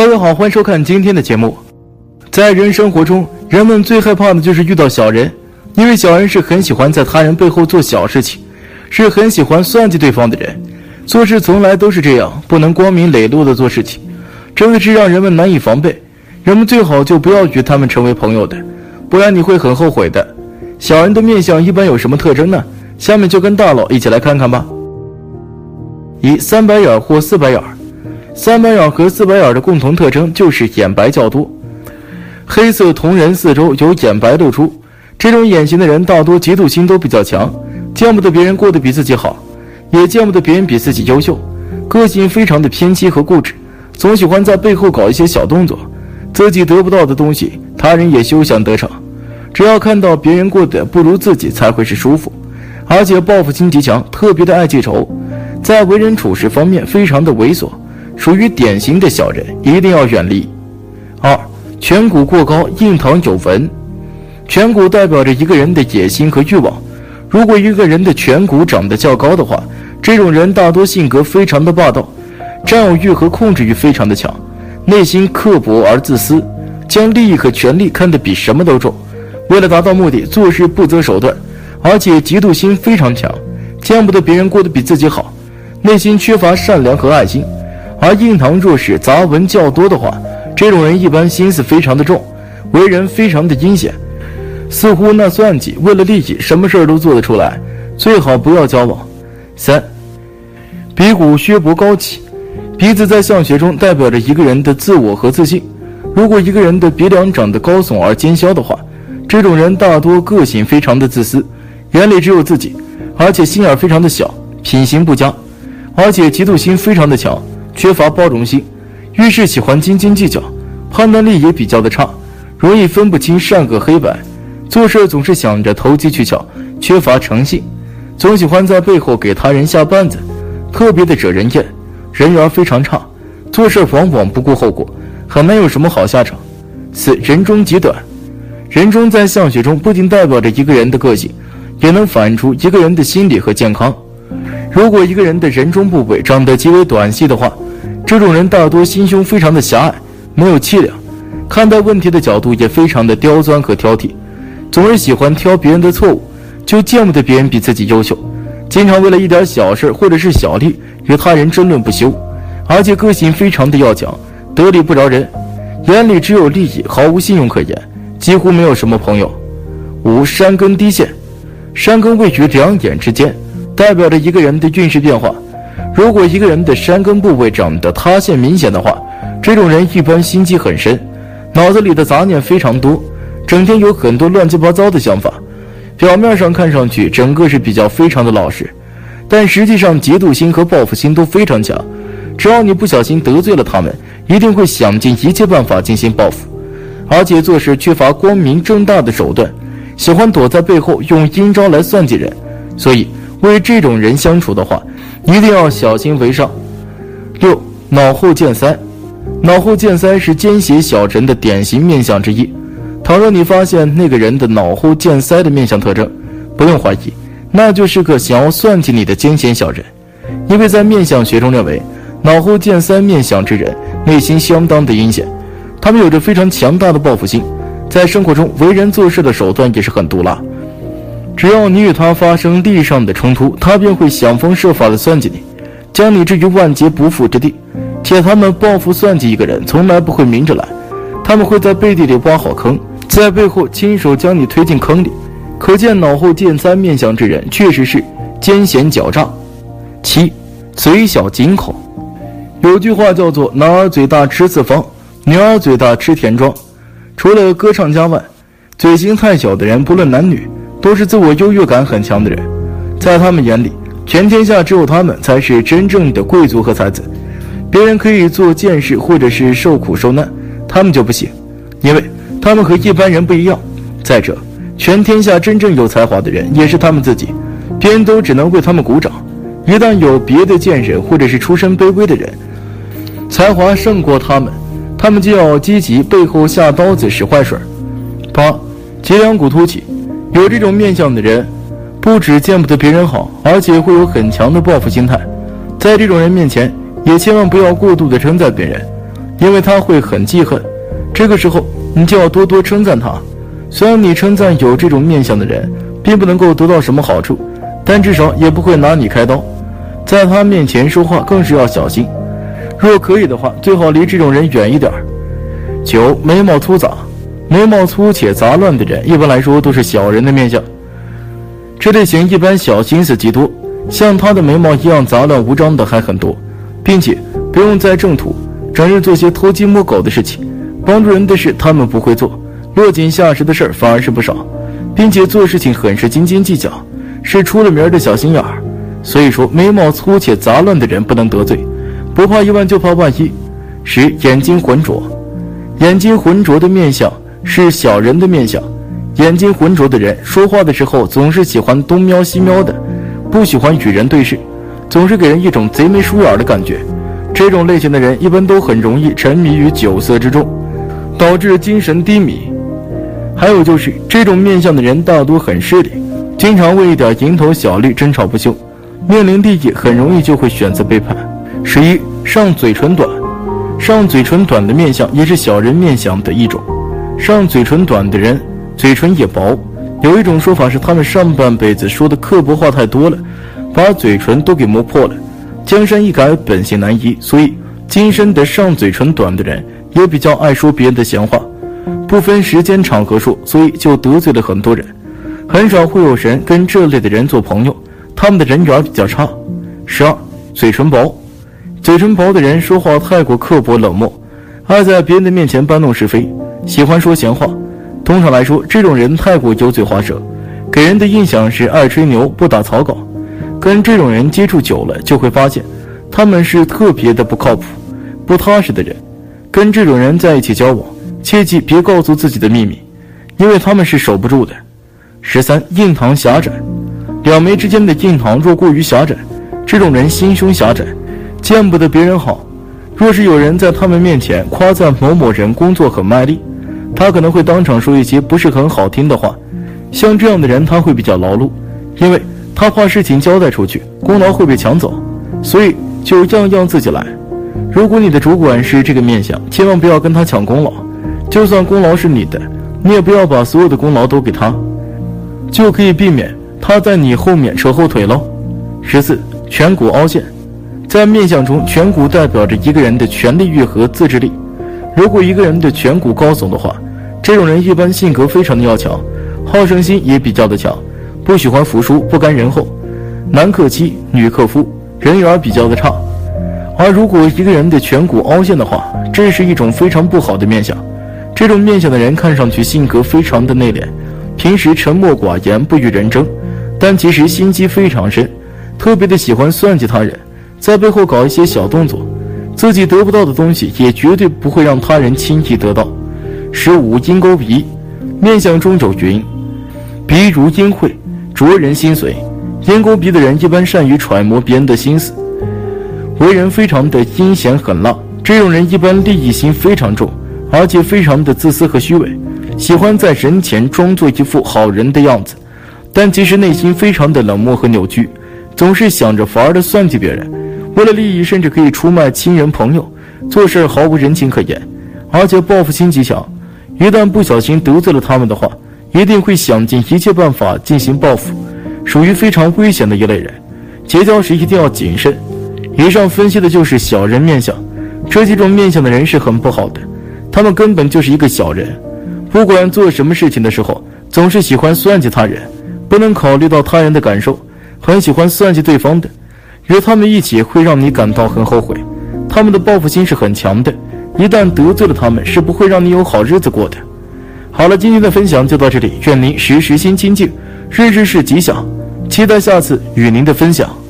各位好，欢迎收看今天的节目。在人生活中，人们最害怕的就是遇到小人，因为小人是很喜欢在他人背后做小事情，是很喜欢算计对方的人，做事从来都是这样，不能光明磊落的做事情，真的是让人们难以防备。人们最好就不要与他们成为朋友的，不然你会很后悔的。小人的面相一般有什么特征呢？下面就跟大佬一起来看看吧。一、三白眼或四白眼。三白眼和四白眼的共同特征就是眼白较多，黑色瞳仁四周有眼白露出。这种眼型的人大多嫉妒心都比较强，见不得别人过得比自己好，也见不得别人比自己优秀，个性非常的偏激和固执，总喜欢在背后搞一些小动作，自己得不到的东西他人也休想得逞，只要看到别人过得不如自己才会是舒服。而且报复心极强，特别的爱记仇，在为人处事方面非常的猥琐，属于典型的小人，一定要远离。二、颧骨过高，印堂有纹。颧骨代表着一个人的野心和欲望，如果一个人的颧骨长得较高的话，这种人大多性格非常的霸道，占有欲和控制欲非常的强，内心刻薄而自私，将利益和权力看得比什么都重，为了达到目的做事不择手段，而且嫉妒心非常强，见不得别人过得比自己好，内心缺乏善良和爱心。而印堂若是杂纹较多的话，这种人一般心思非常的重，为人非常的阴险，似乎那算计为了利益什么事都做得出来，最好不要交往。三、鼻骨削薄高起。鼻子在相学中代表着一个人的自我和自信，如果一个人的鼻梁长得高耸而尖削的话，这种人大多个性非常的自私，眼里只有自己，而且心眼非常的小，品行不佳，而且嫉妒心非常的强，缺乏包容心，遇事喜欢斤斤计较，判断力也比较的差，容易分不清善恶黑白，做事总是想着投机取巧，缺乏诚信，总喜欢在背后给他人下绊子，特别的惹人厌，人缘非常差，做事往往不顾后果，很难有什么好下场。四、人中极短。人中在相学中不仅代表着一个人的个性，也能反映出一个人的心理和健康。如果一个人的人中部位长得极为短细的话，这种人大多心胸非常的狭隘，没有气量，看待问题的角度也非常的刁钻和挑剔，总是喜欢挑别人的错误，就见不得别人比自己优秀，经常为了一点小事或者是小利与他人争论不休，而且个性非常的要强，得理不饶人，眼里只有利益，毫无信用可言，几乎没有什么朋友。五、山根低陷。山根位于两眼之间，代表着一个人的运势变化。如果一个人的山根部位长得塌陷明显的话，这种人一般心机很深，脑子里的杂念非常多，整天有很多乱七八糟的想法，表面上看上去整个是比较非常的老实，但实际上嫉妒心和报复心都非常强，只要你不小心得罪了他们，一定会想尽一切办法进行报复，而且做事缺乏光明正大的手段，喜欢躲在背后用阴招来算计人，所以为这种人相处的话，一定要小心为上。六、脑后见腮。脑后见腮是奸邪小人的典型面相之一，倘若你发现那个人的脑后见腮的面相特征，不用怀疑，那就是个想要算计你的奸险小人。因为在面相学中认为，脑后见腮面相之人内心相当的阴险，他们有着非常强大的报复心，在生活中为人做事的手段也是很毒辣，只要你与他发生利益上的冲突，他便会想方设法的算计你，将你置于万劫不复之地。且他们报复算计一个人从来不会明着来，他们会在背地里挖好坑，在背后亲手将你推进坑里，可见脑后见腮面相之人确实是奸险狡诈。七、嘴小紧口。有句话叫做男儿嘴大吃四方，女儿嘴大吃田庄。除了歌唱家外，嘴型太小的人不论男女都是自我优越感很强的人，在他们眼里，全天下只有他们才是真正的贵族和才子，别人可以做剑士或者是受苦受难，他们就不行，因为他们和一般人不一样。再者，全天下真正有才华的人也是他们自己，别人都只能为他们鼓掌。一旦有别的贱人或者是出身卑微的人才华胜过他们，他们就要积极背后下刀子使坏水。八、脊梁骨凸起。有这种面相的人不只见不得别人好，而且会有很强的报复心态，在这种人面前也千万不要过度的称赞别人， 因为他会很记恨。这个时候你就要多多称赞他。虽然你称赞有这种面相的人并不能够得到什么好处，但至少也不会拿你开刀。在他面前说话更是要小心，若可以的话，最好离这种人远一点。9. 眉毛粗杂。眉毛粗且杂乱的人一般来说都是小人的面相，这类型一般小心思极多，像他的眉毛一样杂乱无章的还很多，并且不用在正途整日做些偷鸡摸狗的事情，帮助人的事他们不会做，落井下石的事反而是不少，并且做事情很是斤斤计较，是出了名的小心眼儿。所以说眉毛粗且杂乱的人不能得罪，不怕一万就怕万一。10. 眼睛浑浊。眼睛浑浊的面相是小人的面相，眼睛浑浊的人说话的时候总是喜欢东瞄西瞄的，不喜欢与人对视，总是给人一种贼眉鼠眼的感觉。这种类型的人一般都很容易沉迷于酒色之中，导致精神低迷。还有就是这种面相的人大多很势利，经常为一点蝇头小利争吵不休，面临利益很容易就会选择背叛。11. 上嘴唇短。上嘴唇短的面相也是小人面相的一种，上嘴唇短的人嘴唇也薄，有一种说法是他们上半辈子说的刻薄话太多了，把嘴唇都给磨破了，江山易改本性难移，所以今生的上嘴唇短的人也比较爱说别人的闲话，不分时间场合说，所以就得罪了很多人，很少会有人跟这类的人做朋友，他们的人缘比较差。12. 嘴唇薄。嘴唇薄的人说话太过刻薄冷漠，爱在别人的面前搬弄是非，喜欢说闲话。通常来说，这种人太过油嘴滑舌，给人的印象是爱吹牛不打草稿。跟这种人接触久了，就会发现他们是特别的不靠谱、不踏实的人。跟这种人在一起交往，切记别告诉自己的秘密，因为他们是守不住的。13. 印堂狭窄。两眉之间的印堂若过于狭窄，这种人心胸狭窄，见不得别人好。若是有人在他们面前夸赞某某人工作很卖力，他可能会当场说一些不是很好听的话。像这样的人他会比较劳碌，因为他怕事情交代出去，功劳会被抢走，所以就样样自己来。如果你的主管是这个面相，千万不要跟他抢功劳，就算功劳是你的，你也不要把所有的功劳都给他，就可以避免他在你后面扯后腿喽。14. 颧骨凹陷。在面相中，颧骨代表着一个人的权力欲和自制力。如果一个人的颧骨高耸的话，这种人一般性格非常的要强，好胜心也比较的强，不喜欢服输，不甘人后，男克妻，女克夫，人缘比较的差。而如果一个人的颧骨凹陷的话，这是一种非常不好的面相。这种面相的人看上去性格非常的内敛，平时沉默寡言，不与人争，但其实心机非常深，特别的喜欢算计他人，在背后搞一些小动作，自己得不到的东西也绝对不会让他人轻易得到。15. 鹰钩鼻。面相中有云，鼻如鹰喙，灼人心髓。鹰钩鼻的人一般善于揣摩别人的心思，为人非常的阴险狠辣。这种人一般利益心非常重，而且非常的自私和虚伪，喜欢在人前装作一副好人的样子，但其实内心非常的冷漠和扭曲，总是想着法儿的算计别人，为了利益甚至可以出卖亲人朋友，做事毫无人情可言，而且报复心极强，一旦不小心得罪了他们的话，一定会想尽一切办法进行报复，属于非常危险的一类人，结交时一定要谨慎。以上分析的就是小人面相，这几种面相的人是很不好的，他们根本就是一个小人，不管做什么事情的时候，总是喜欢算计他人，不能考虑到他人的感受，很喜欢算计对方的，与他们一起会让你感到很后悔。他们的报复心是很强的，一旦得罪了他们，是不会让你有好日子过的。好了，今天的分享就到这里，愿您时时心清静，日日是吉祥，期待下次与您的分享。